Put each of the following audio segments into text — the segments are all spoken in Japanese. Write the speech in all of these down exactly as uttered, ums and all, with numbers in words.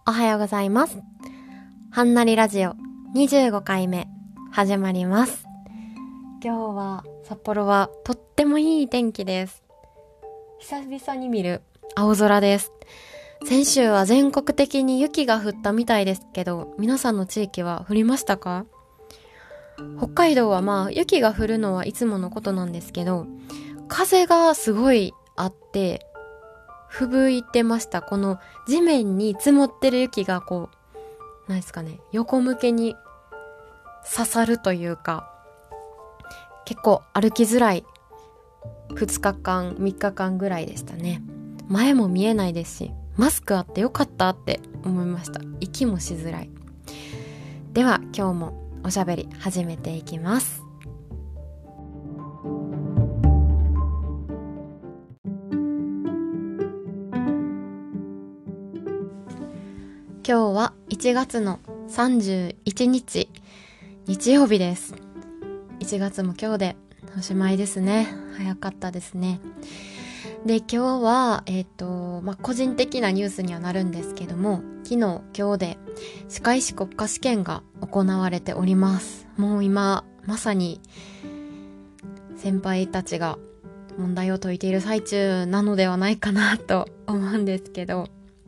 おはようございます。はんなりラジオにじゅうごかいめ始まります。今日は札幌はとってもいい天気です。久々に見る青空です。先週は全国的に雪が降ったみたいですけど、皆さんの地域は降りましたか？北海道はまあ雪が降るのはいつものことなんですけど、風がすごいあって吹雪いてました。この地面に積もってる雪がこう、なんですかね、横向けに刺さるというか、結構歩きづらいふつかかん、みっかかんぐらいでしたね。前も見えないですし、マスクあってよかったって思いました。息もしづらい。では今日もおしゃべり始めていきます。今日はいちがつのさんじゅういちにち日曜日です。いちがつも今日でおしまいですね。早かったですね。で、今日はえっとまあ個人的なニュースにはなるんですけども、昨日今日で歯科医師国家試験が行われております。もう今まさに先輩たちが問題を解いている最中なのではないかなと思うんですけど、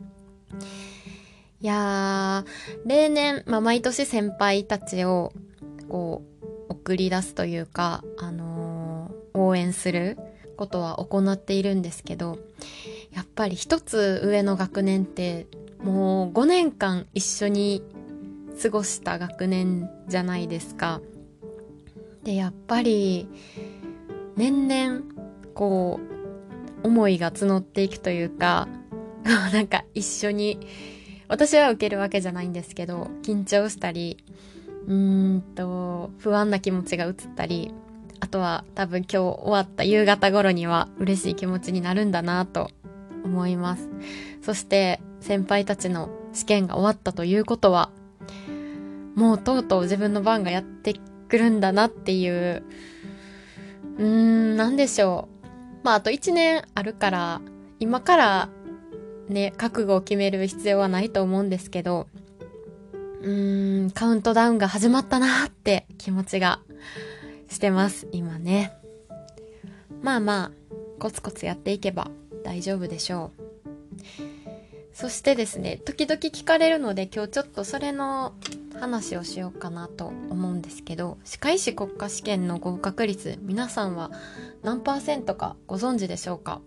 いやー、例年、まあ、毎年先輩たちをこう送り出すというか、あのー、応援することは行っているんですけど、やっぱり一つ上の学年ってもうごねんかん一緒に過ごした学年じゃないですか。で、やっぱり年々こう思いが募っていくというか、なんか一緒に私は受けるわけじゃないんですけど、緊張したり、うーんと不安な気持ちが移ったり、あとは多分今日終わった夕方頃には嬉しい気持ちになるんだなと思います。そして先輩たちの試験が終わったということは、もうとうとう自分の番がやってくるんだなっていう、うーん、なんでしょう。まああといちねんあるから、今からね、覚悟を決める必要はないと思うんですけど、うーん、カウントダウンが始まったなーって気持ちがしてます、今ね。まあまあ、コツコツやっていけば大丈夫でしょう。そしてですね、時々聞かれるので今日ちょっとそれの話をしようかなと思うんですけど、歯科医師国家試験の合格率、皆さんは何パーセントかご存知でしょうか？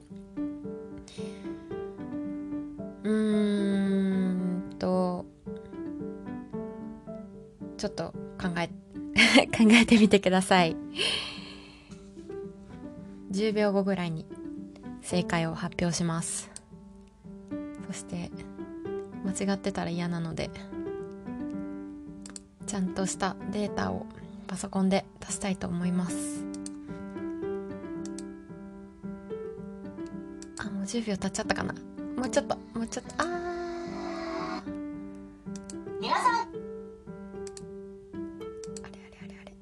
うーんとちょっと考え考えてみてください。じゅうびょうごぐらいに正解を発表します。そして間違ってたら嫌なので、ちゃんとしたデータをパソコンで出したいと思います。あ、もうじゅうびょう経っちゃったかな。もうちょっともうちょっと、あー、 皆さん、 あれあれあれあれ、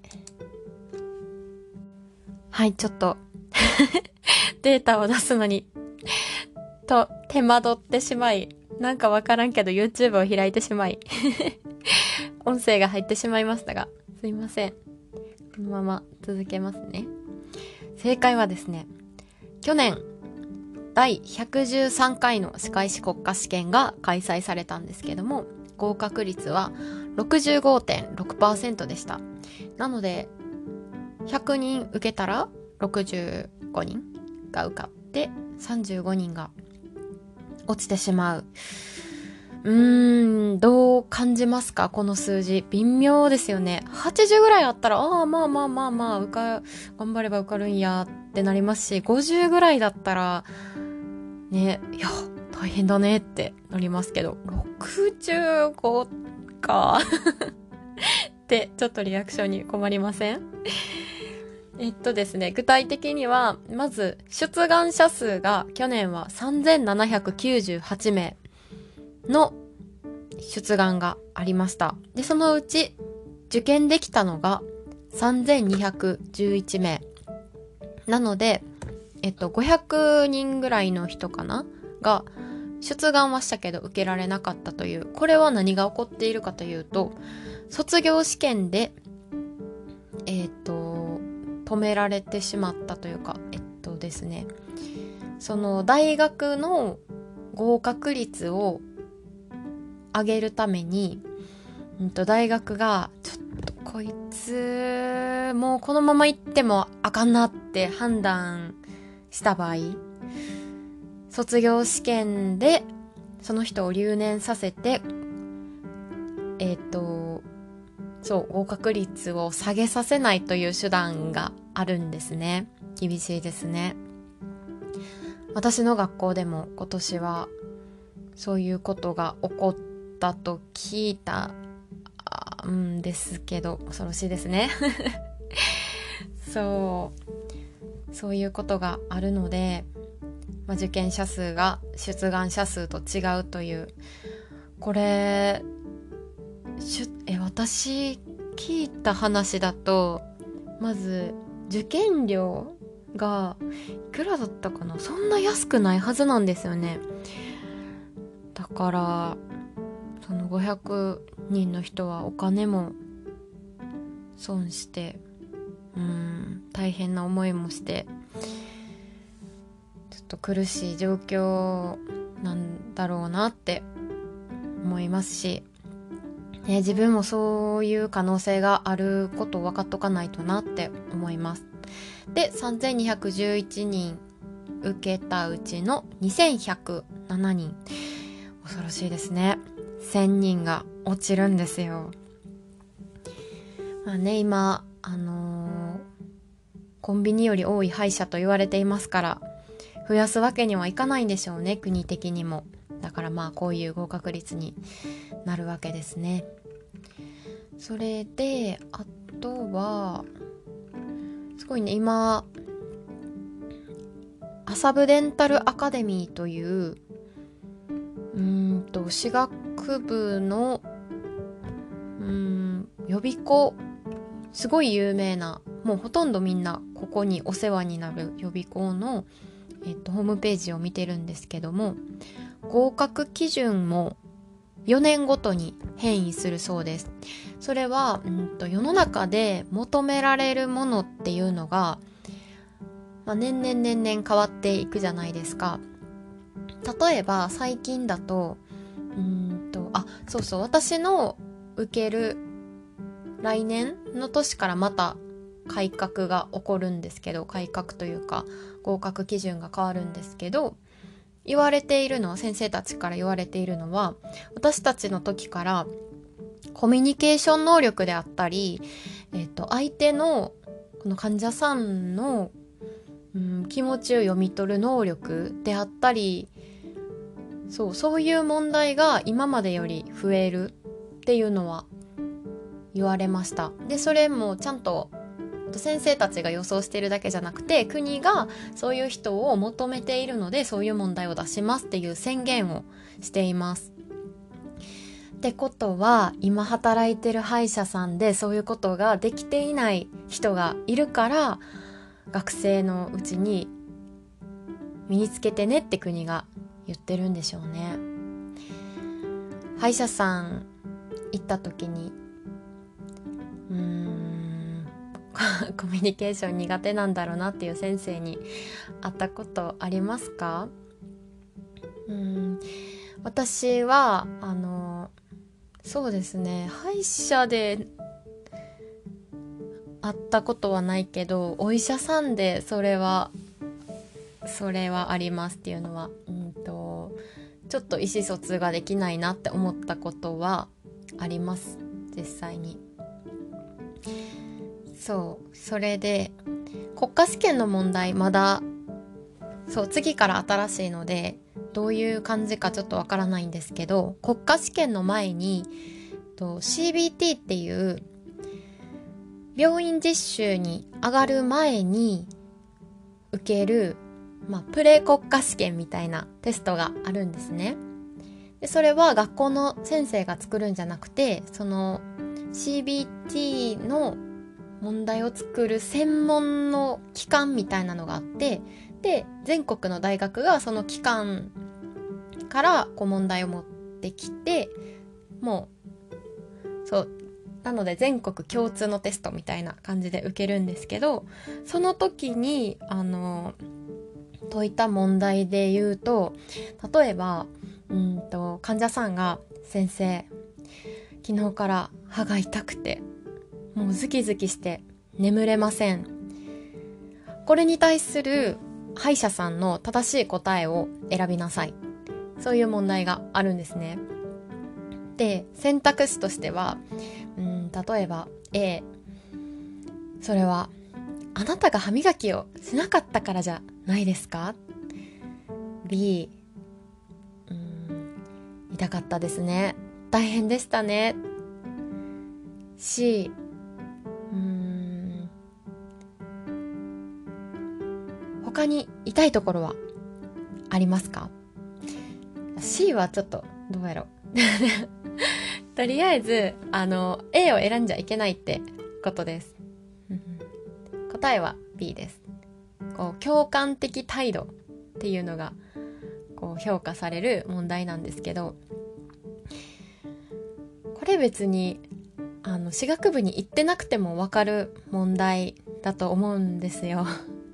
はい、ちょっとデータを出すのにと手間取ってしまい、なんかわからんけど YouTube を開いてしまい音声が入ってしまいましたが、すいません。このまま続けますね。正解はですね、去年だいひゃくじゅうさんかいの歯科医師国家試験が開催されたんですけども、合格率は ろくじゅうごてんろくパーセント でした。なのでひゃくにん受けたらろくじゅうごにんが受かってさんじゅうごにんが落ちてしまう。うーん、どう感じますか？この数字微妙ですよね。はちじゅうぐらいあったら、ああまあまあまあまあ受か頑張れば受かるんやってなりますし、ごじゅうぐらいだったらね、いや大変だねってなりますけど、ろくじゅうごかってちょっとリアクションに困りません？えっとですね、具体的にはまず出願者数が去年はさんぜんななひゃくきゅうじゅうはちめいの出願がありました。で、そのうち受験できたのがさんぜんにひゃくじゅういちめいなので、えっとごひゃくにんぐらいの人かなが出願はしたけど受けられなかったという、これは何が起こっているかというと、卒業試験でえっと止められてしまったというか、えっとですねその大学の合格率を上げるために、うんと大学がちょっとこいつもうこのまま行ってもあかんなって判断した場合、卒業試験でその人を留年させて、えっとそう合格率を下げさせないという手段があるんですね。厳しいですね。私の学校でも今年はそういうことが起こったと聞いたんですけど、恐ろしいですねそうそういうことがあるので、まあ、受験者数が出願者数と違うという、これしえ私聞いた話だと、まず受験料がいくらだったかな、そんな安くないはずなんですよね。だからそのごひゃくにんの人はお金も損して、うーん大変な思いもして、ちょっと苦しい状況なんだろうなって思いますし、ね、自分もそういう可能性があることを分かっとかないとなって思います。で、さんぜんにひゃくじゅういちにん受けたうちのにせんひゃくななにん、恐ろしいですね。せんにんが落ちるんですよ。まあね、今あのー、コンビニより多い歯医者と言われていますから、増やすわけにはいかないんでしょうね、国的にも。だからまあこういう合格率になるわけですね。それであとはすごいね、今麻布デンタルアカデミーといううーんと歯学部のうーん予備校、すごい有名な、もうほとんどみんなここにお世話になる予備校の、えっと、ホームページを見てるんですけども、合格基準もよねんごとに変異するそうです。それは、うんと、世の中で求められるものっていうのが、まあ、年々年々変わっていくじゃないですか。例えば最近だと、うーんとあそうそう私の受ける来年の年からまた改革が起こるんですけど、改革というか合格基準が変わるんですけど、言われているのは、先生たちから言われているのは、私たちの時からコミュニケーション能力であったり、えっと、相手のこの患者さんの、うん、気持ちを読み取る能力であったり、そう、そういう問題が今までより増えるっていうのは言われました。で、それもちゃんと先生たちが予想しているだけじゃなくて、国がそういう人を求めているのでそういう問題を出しますっていう宣言をしています。ってことは、今働いてる歯医者さんでそういうことができていない人がいるから、学生のうちに身につけてねって国が言ってるんでしょうね。歯医者さん行った時に、うーんコミュニケーション苦手なんだろうなっていう先生に会ったことありますか？うーん私はあのそうですね、歯医者で会ったことはないけど、お医者さんでそれはそれはありますっていうのは、うんとちょっと意思疎通ができないなって思ったことはあります、実際に。そう、それで国家試験の問題、まだそう次から新しいのでどういう感じかちょっとわからないんですけど、国家試験の前にと シービーティー っていう病院実習に上がる前に受ける、まあ、プレ国家試験みたいなテストがあるんですね。でそれは学校の先生が作るんじゃなくて、その シービーティー の問題を作る専門の機関みたいなのがあって、で全国の大学がその機関からこう問題を持ってきて、もうそうなので全国共通のテストみたいな感じで受けるんですけど、その時にあの解いた問題で言うと、例えばうんと患者さんが先生昨日から歯が痛くてもうズキズキして眠れません。これに対する歯医者さんの正しい答えを選びなさい。そういう問題があるんですね。で、選択肢としては、うん、例えば A、それはあなたが歯磨きをしなかったからじゃないですか？ B、うん、痛かったですね。大変でしたね。C、うーん、他に痛いところはありますか？ C はちょっとどうやろうとりあえずあの A を選んじゃいけないってことです。答えは B です。こう共感的態度っていうのがこう評価される問題なんですけど、これ別にあの歯学部に行ってなくても分かる問題だと思うんですよ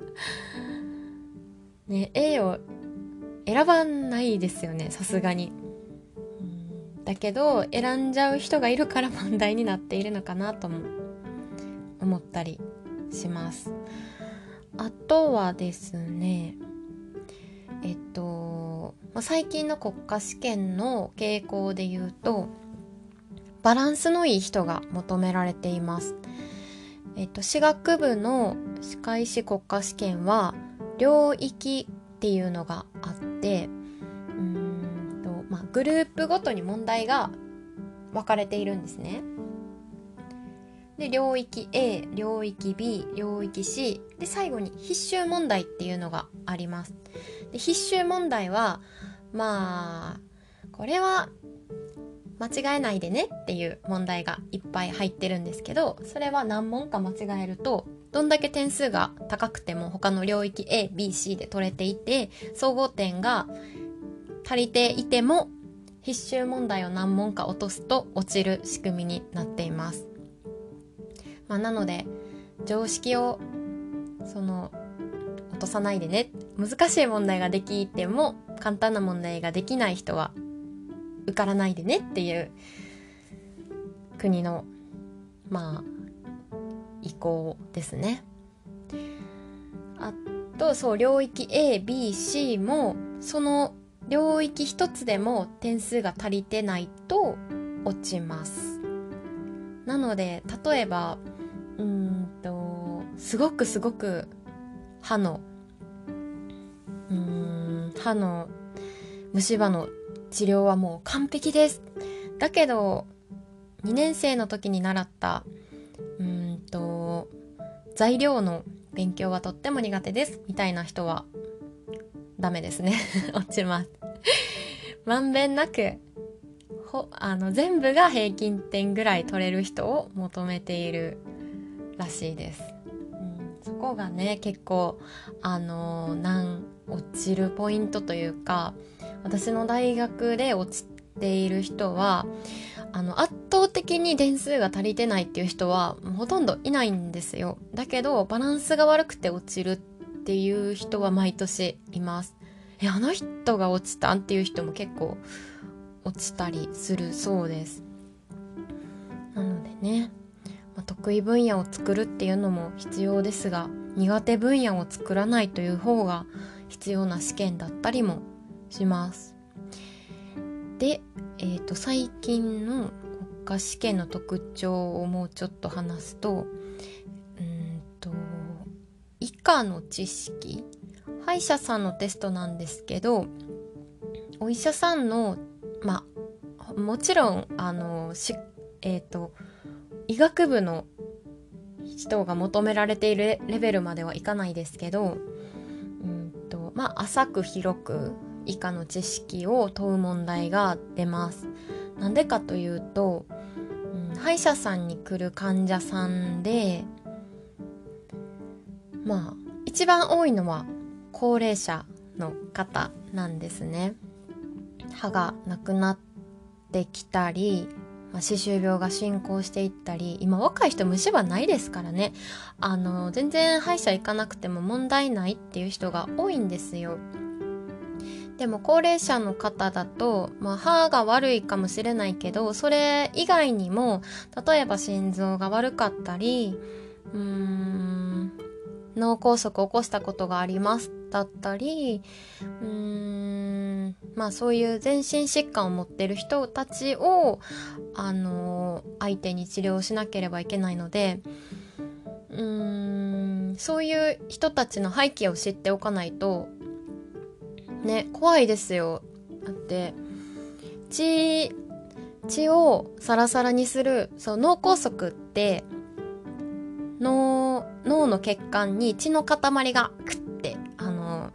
ね。 A を選ばないですよね、さすがに。だけど選んじゃう人がいるから問題になっているのかなとも思ったりします。あとはですね、えっと最近の国家試験の傾向で言うと、バランスのいい人が求められています。えっと歯学部の歯科医師国家試験は領域っていうのがあって、うーんと、まあ、グループごとに問題が分かれているんですね。で、領域 A、領域 B、領域 C で、最後に必修問題っていうのがあります。で、必修問題はまあこれは間違えないでねっていう問題がいっぱい入ってるんですけど、それは何問か間違えるとどんだけ点数が高くても他の領域 A、B、C で取れていて、総合点が足りていても必修問題を何問か落とすと落ちる仕組みになっています。まあ、なので常識をその落とさないでね、難しい問題ができても簡単な問題ができない人は受からないでねっていう国のまあ意向ですね。あとそう領域 A、B、C もその領域一つでも点数が足りてないと落ちます。なので例えばうーんとすごくすごく歯のうーん歯の虫歯の治療はもう完璧です。だけどにねん生の時に習ったうーんと材料の勉強はとっても苦手ですみたいな人はダメですね落ちます。まんべんなくほあの全部が平均点ぐらい取れる人を求めているらしいです。うん、そこがね結構あの難落ちるポイントというか、私の大学で落ちている人はあの圧倒的に点数が足りてないっていう人はもうほとんどいないんですよ。だけどバランスが悪くて落ちるっていう人は毎年います。え、あの人が落ちたんっていう人も結構落ちたりするそうです。なのでね、まあ、得意分野を作るっていうのも必要ですが、苦手分野を作らないという方が必要な試験だったりもします。で、えーと、最近の国家試験の特徴をもうちょっと話すと、うーんと以下の知識、歯医者さんのテストなんですけど、お医者さんのまあもちろんあのしえーと医学部の人が求められているレベルまではいかないですけど、うんとまあ浅く広く以下の知識を問う問題が出ます。なんでかというと、うん、歯医者さんに来る患者さんでまあ一番多いのは高齢者の方なんですね。 歯がなくなってきたり、まあ、歯周病が進行していったり、今若い人虫歯ないですからね、あの全然歯医者行かなくても問題ないっていう人が多いんですよ。でも高齢者の方だと、まあ、歯が悪いかもしれないけど、それ以外にも例えば心臓が悪かったり、うーん脳梗塞を起こしたことがありますだったり、うーんまあそういう全身疾患を持ってる人たちをあの相手に治療しなければいけないので、うーんそういう人たちの背景を知っておかないとね、怖いですよ。だって血血をサラサラにする、そう脳梗塞って脳脳の血管に血の塊がクッてあの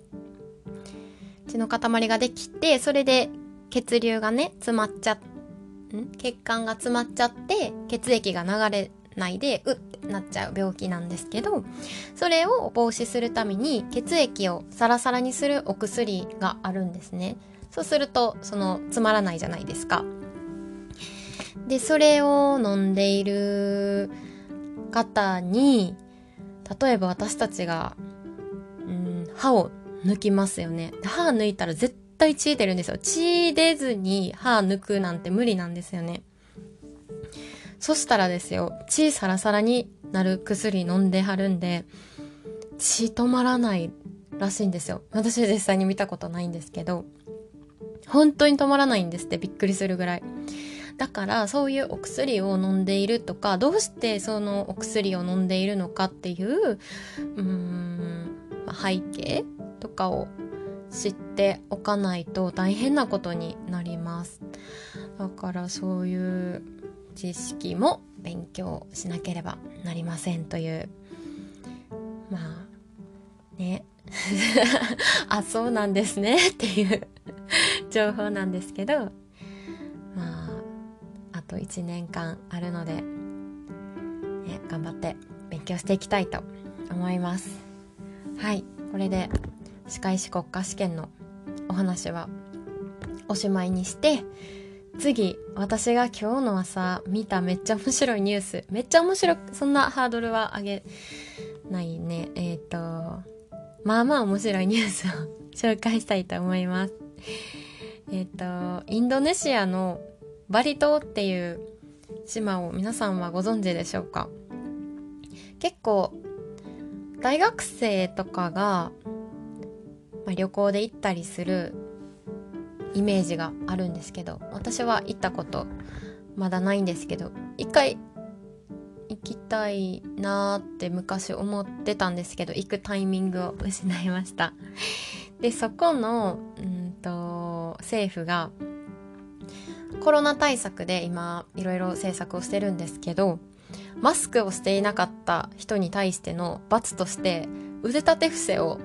血の塊ができて、それで血流がね詰まっちゃん血管が詰まっちゃって血液が流れないでうってなっちゃう病気なんですけど、それを防止するために血液をサラサラにするお薬があるんですね。そうするとその詰まらないじゃないですか。でそれを飲んでいる方に、例えば私たちが、うん、歯を抜きますよね。歯抜いたら絶対血出るんですよ。血出ずに歯抜くなんて無理なんですよね。そしたらですよ、血サラサラになる薬飲んではるんで、血止まらないらしいんですよ。私実際に見たことないんですけど、本当に止まらないんですって。びっくりするぐらい。だからそういうお薬を飲んでいるとか、どうしてそのお薬を飲んでいるのかっていう、うーん、まあ、背景とかを知っておかないと大変なことになります。だからそういう知識も勉強しなければなりませんという、まあねあ、そうなんですねっていう情報なんですけど、まああといちねんかんあるので、ね、頑張って勉強していきたいと思います。はい、これで歯科医師国家試験のお話はおしまいにして、次、私が今日の朝見ためっちゃ面白いニュース、めっちゃ面白く、そんなハードルは上げないね。えっと、まあまあ面白いニュースを紹介したいと思います。えっと、インドネシアのバリ島っていう島を皆さんはご存知でしょうか？結構、大学生とかが、まあ、旅行で行ったりするイメージがあるんですけど、私は行ったことまだないんですけど、一回行きたいなーって昔思ってたんですけど、行くタイミングを失いました。でそこのうんと政府がコロナ対策で今いろいろ政策をしてるんですけど、マスクをしていなかった人に対しての罰として腕立て伏せを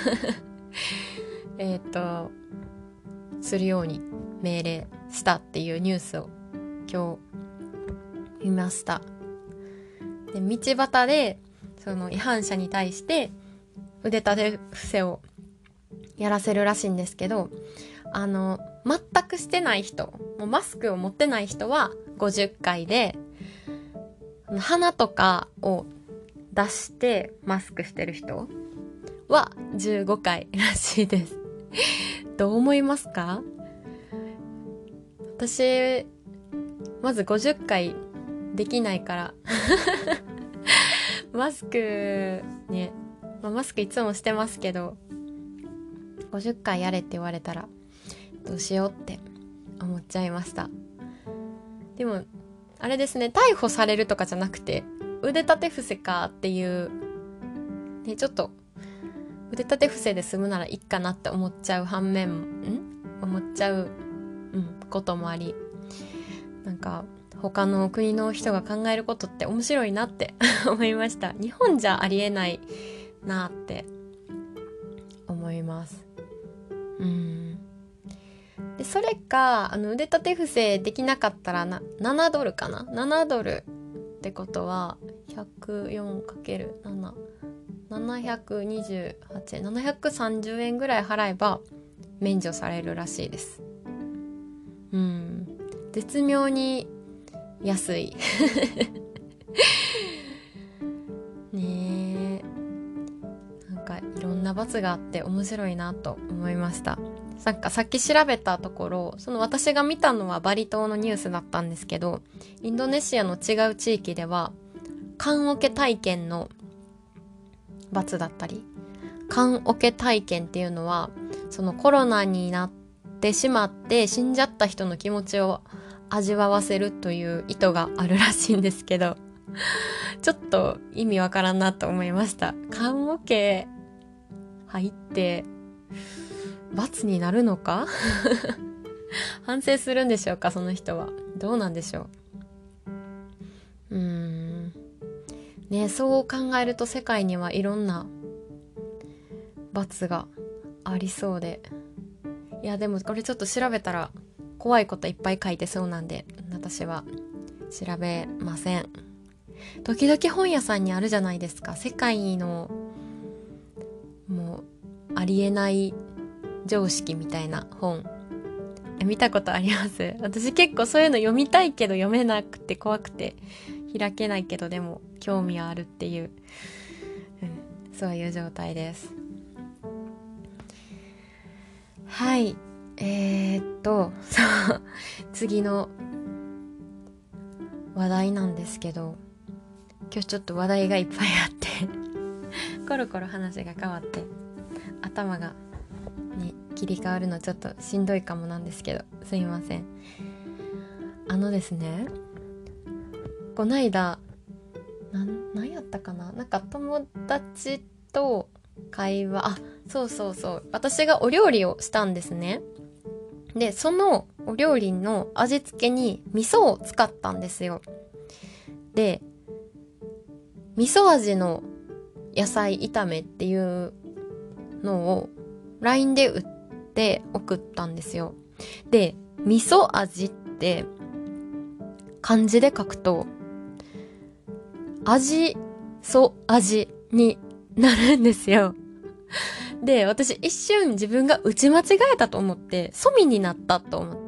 えっとするように命令したっていうニュースを今日見ました。で道端でその違反者に対して腕立て伏せをやらせるらしいんですけど、あの全くしてない人、もうマスクを持ってない人はごじゅっかいで、鼻とかを出してマスクしてる人はじゅうごかいらしいです。どう思いますか？私まずごじゅっかいできないからマスクね、まあ、マスクいつもしてますけど、ごじゅっかいやれって言われたらどうしようって思っちゃいました。でもあれですね、逮捕されるとかじゃなくて腕立て伏せかっていう、ね、ちょっと腕立て伏せで済むならいいかなって思っちゃう反面ん思っちゃう、うん、こともあり、なんか他の国の人が考えることって面白いなって思いました。日本じゃありえないなって思います。うんでそれかあの腕立て伏せできなかったらなななドルかな、ななドルってことは ひゃくよんかけるなな ななひゃくにじゅうはちえん、ななひゃくさんじゅうえんぐらい払えば免除されるらしいです。 うん、絶妙に安いねえ、なんかいろんな罰があって面白いなと思いました。なんかさっき調べたところ、その私が見たのはバリ島のニュースだったんですけど、インドネシアの違う地域では棺桶体験の罰だったり、棺桶体験っていうのはそのコロナになってしまって死んじゃった人の気持ちを味わわせるという意図があるらしいんですけど、ちょっと意味わからんなと思いました。棺桶入って罰になるのか反省するんでしょうか、その人は。どうなんでしょう。うーんね、そう考えると世界にはいろんな罰がありそうで、いやでもこれちょっと調べたら怖いこといっぱい書いてそうなんで、私は調べません。時々本屋さんにあるじゃないですか、世界のもうありえない常識みたいな本。見たことあります。私結構そういうの読みたいけど読めなくて怖くて開けないけど、でも興味はあるっていう、うん、そういう状態です。はい、えー、っとそう次の話題なんですけど、今日ちょっと話題がいっぱいあってコロコロ話が変わって頭がね切り替わるのちょっとしんどいかもなんですけど、すいません。あのですね、こないだなんなんやったかな、なんか友達と会話、あ、そうそうそう、私がお料理をしたんですね。でそのお料理の味付けに味噌を使ったんですよ。で味噌味の野菜炒めっていうのを ライン で売って送ったんですよ。で味噌味って漢字で書くと味噌味になるんですよ。で私一瞬自分が打ち間違えたと思って、ソミになったと思って、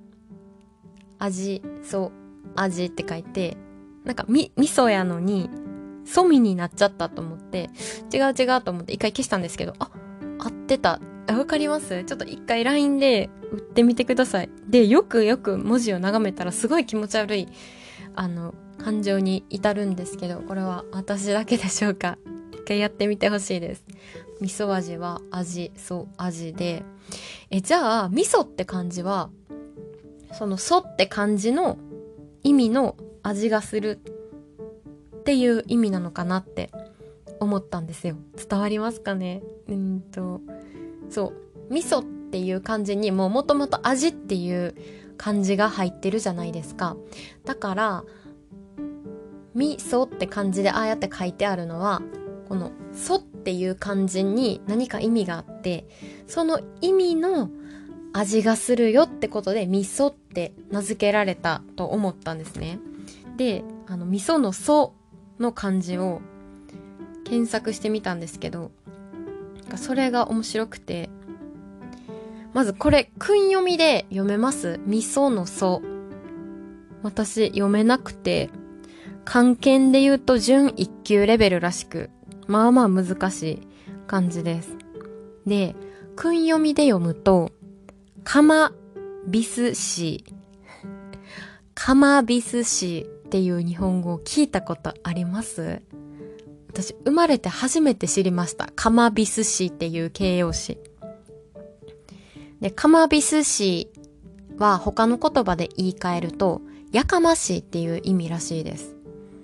味噌味って書いて、なんかみ味噌やのにソミになっちゃったと思って、違う違うと思って一回消したんですけど、あ、合ってた。わかります？ちょっと一回 ライン で打ってみてください。でよくよく文字を眺めたらすごい気持ち悪いあの感情に至るんですけど、これは私だけでしょうか。一回やってみてほしいです。味噌味は味噌味で、えじゃあ味噌って漢字はその噌って漢字の意味の味がするっていう意味なのかなって思ったんですよ。伝わりますかね。うんとそう味噌っていう漢字にもともと味っていう漢字が入ってるじゃないですか。だから味噌って漢字でああやって書いてあるのは、この噌っていう漢字に何か意味があって、その意味の味がするよってことで味噌って名付けられたと思ったんですね。であの味噌の噌の漢字を検索してみたんですけど、それが面白くて、まずこれ訓読みで読めます？味噌の噌、私読めなくて、漢検で言うと準一級レベルらしく、まあまあ難しい感じです。で訓読みで読むとカマビスシーカマビスシーっていう日本語を聞いたことあります？私生まれて初めて知りました。カマビスシーっていう形容詞で、カマビスシーは他の言葉で言い換えるとやかましいっていう意味らしいです。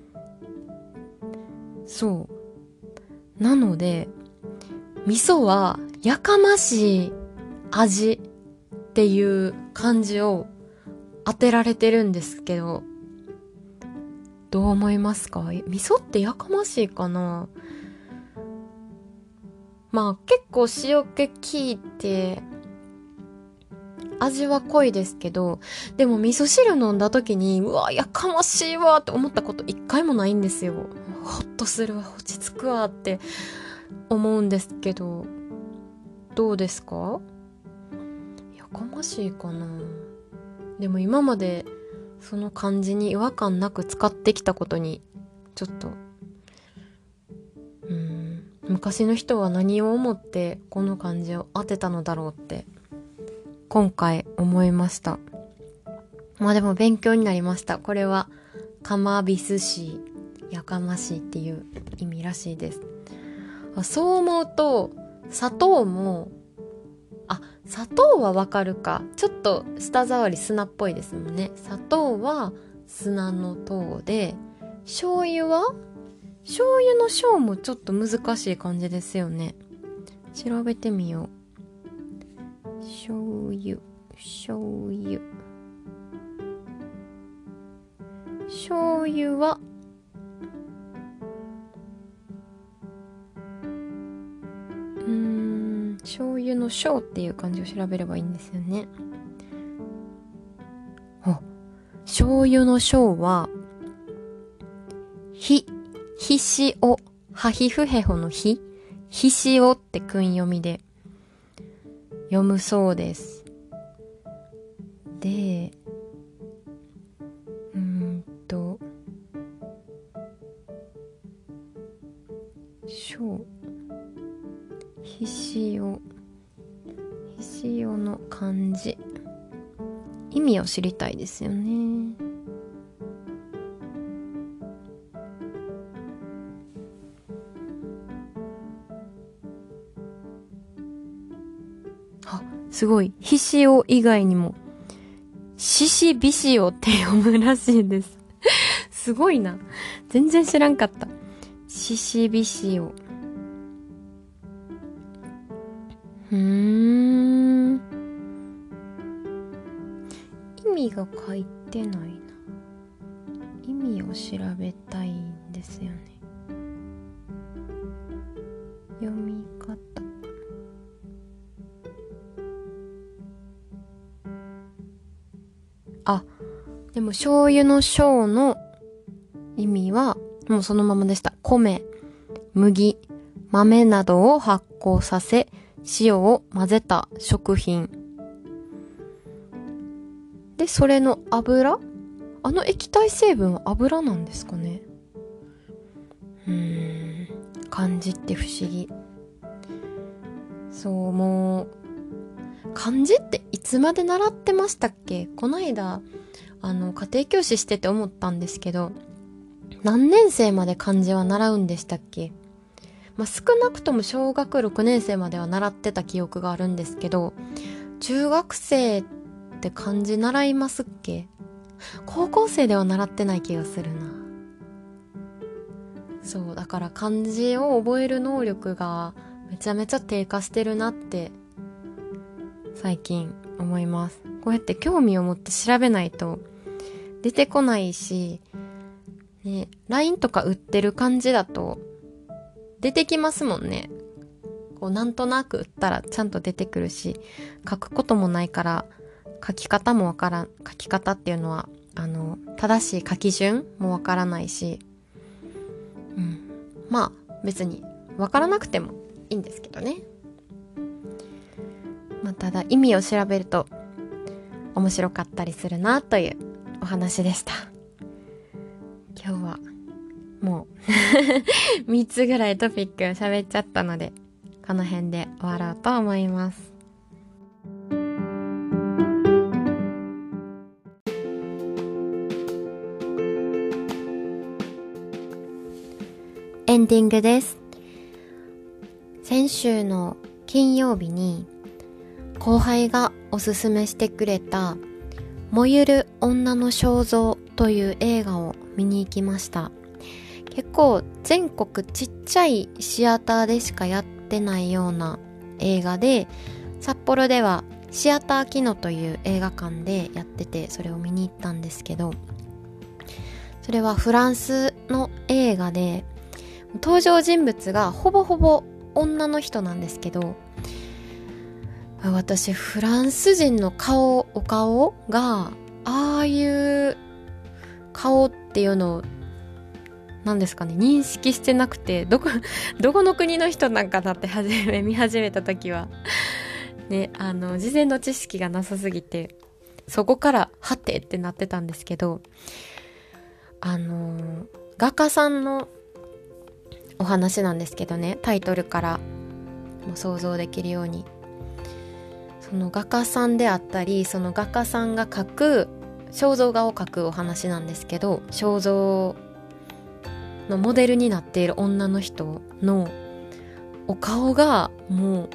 そうなので味噌はやかましい味っていう漢字を当てられてるんですけど、どう思いますか？味噌ってやかましいかな？まあ結構塩気効いて味は濃いですけど、でも味噌汁飲んだ時にうわやかましいわって思ったこと一回もないんですよ。ほっとするわ、落ち着くわって思うんですけど、どうですか？やかましいかな？ でも今までその漢字に違和感なく使ってきたことにちょっとうーん昔の人は何を思ってこの漢字を当てたのだろうって今回思いました。まあでも勉強になりました。これはかまびすしやかましいっていう意味らしいです。あ、そう思うと砂糖もあ砂糖はわかるか。ちょっと舌触り砂っぽいですもんね。砂糖は砂の糖で、醤油は醤油の醤もちょっと難しい感じですよね。調べてみよう。醤油醤油醤油はうーん醤油の醤っていう漢字を調べればいいんですよね。あ、醤油の醤はひひしおはひふへほのひひしおって訓読みで読むそうです。でうーんと醤ひしおひしおの漢字意味を知りたいですよね。あ、すごい。ひしお以外にもししびしおって読むらしいです。すごいな。全然知らんかった。ししびしお。うーん。意味が書いてないな。意味を調べたいんですよね。読み方。あ、でも醤油の醤の意味はもうそのままでした。米、麦、豆などを発酵させ、塩を混ぜた食品。で、それの油？あの液体成分は油なんですかね。うーん、漢字って不思議。そう、もう、漢字っていつまで習ってましたっけ？この間、あの、家庭教師してて思ったんですけど、何年生まで漢字は習うんでしたっけ？まあ、少なくとも小学ろくねん生までは習ってた記憶があるんですけど、中学生って漢字習いますっけ？高校生では習ってない気がするな。そう、だから漢字を覚える能力がめちゃめちゃ低下してるなって最近思います。こうやって興味を持って調べないと出てこないし、ね、ライン とか売ってる漢字だと出てきますもんね。こうなんとなく打ったらちゃんと出てくるし、書くこともないから書き方もわからん、書き方っていうのはあの正しい書き順もわからないし、うん、まあ別にわからなくてもいいんですけどね。まあ、ただ意味を調べると面白かったりするなというお話でした。今日はもうみっつぐらいトピック喋っちゃったので、この辺で終わろうと思います。エンディングです。先週の金曜日に後輩がおすすめしてくれた燃ゆる女の肖像という映画を見に行きました。結構全国ちっちゃいシアターでしかやってないような映画で、札幌ではシアターキノという映画館でやってて、それを見に行ったんですけど、それはフランスの映画で登場人物がほぼほぼ女の人なんですけど、私フランス人の顔お顔がああいう顔っていうのを何ですかね、認識してなくて、どこどこの国の人なんかなって初め見始めた時はね、あの事前の知識がなさすぎてそこからはてってなってたんですけど、あのー、画家さんのお話なんですけどね、タイトルからも想像できるように、その画家さんであったり、その画家さんが描く肖像画を描くお話なんですけど、肖像のモデルになっている女の人のお顔がもう、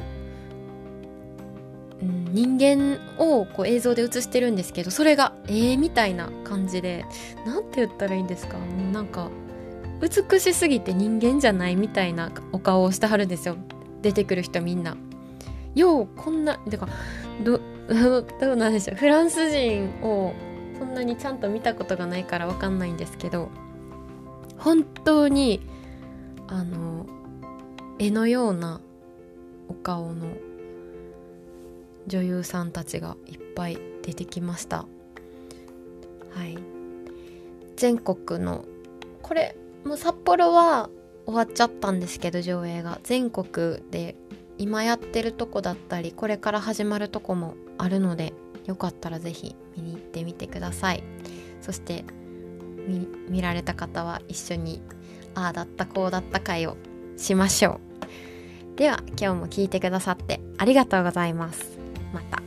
うん、人間をこう映像で映してるんですけど、それが絵みたいな感じで、なんて言ったらいいんですか、もうなんか美しすぎて人間じゃないみたいなお顔をしてはるんですよ、出てくる人みんな。ようこんなてかどどうなんでしょう、フランス人をそんなにちゃんと見たことがないからわかんないんですけど、本当にあの絵のようなお顔の女優さんたちがいっぱい出てきました。はい、全国の、これもう札幌は終わっちゃったんですけど、上映が全国で今やってるとこだったり、これから始まるとこもあるので、よかったらぜひ見に行ってみてください。そして 見, 見られた方は一緒にああだったこうだった会をしましょう。では今日も聞いてくださってありがとうございます。また。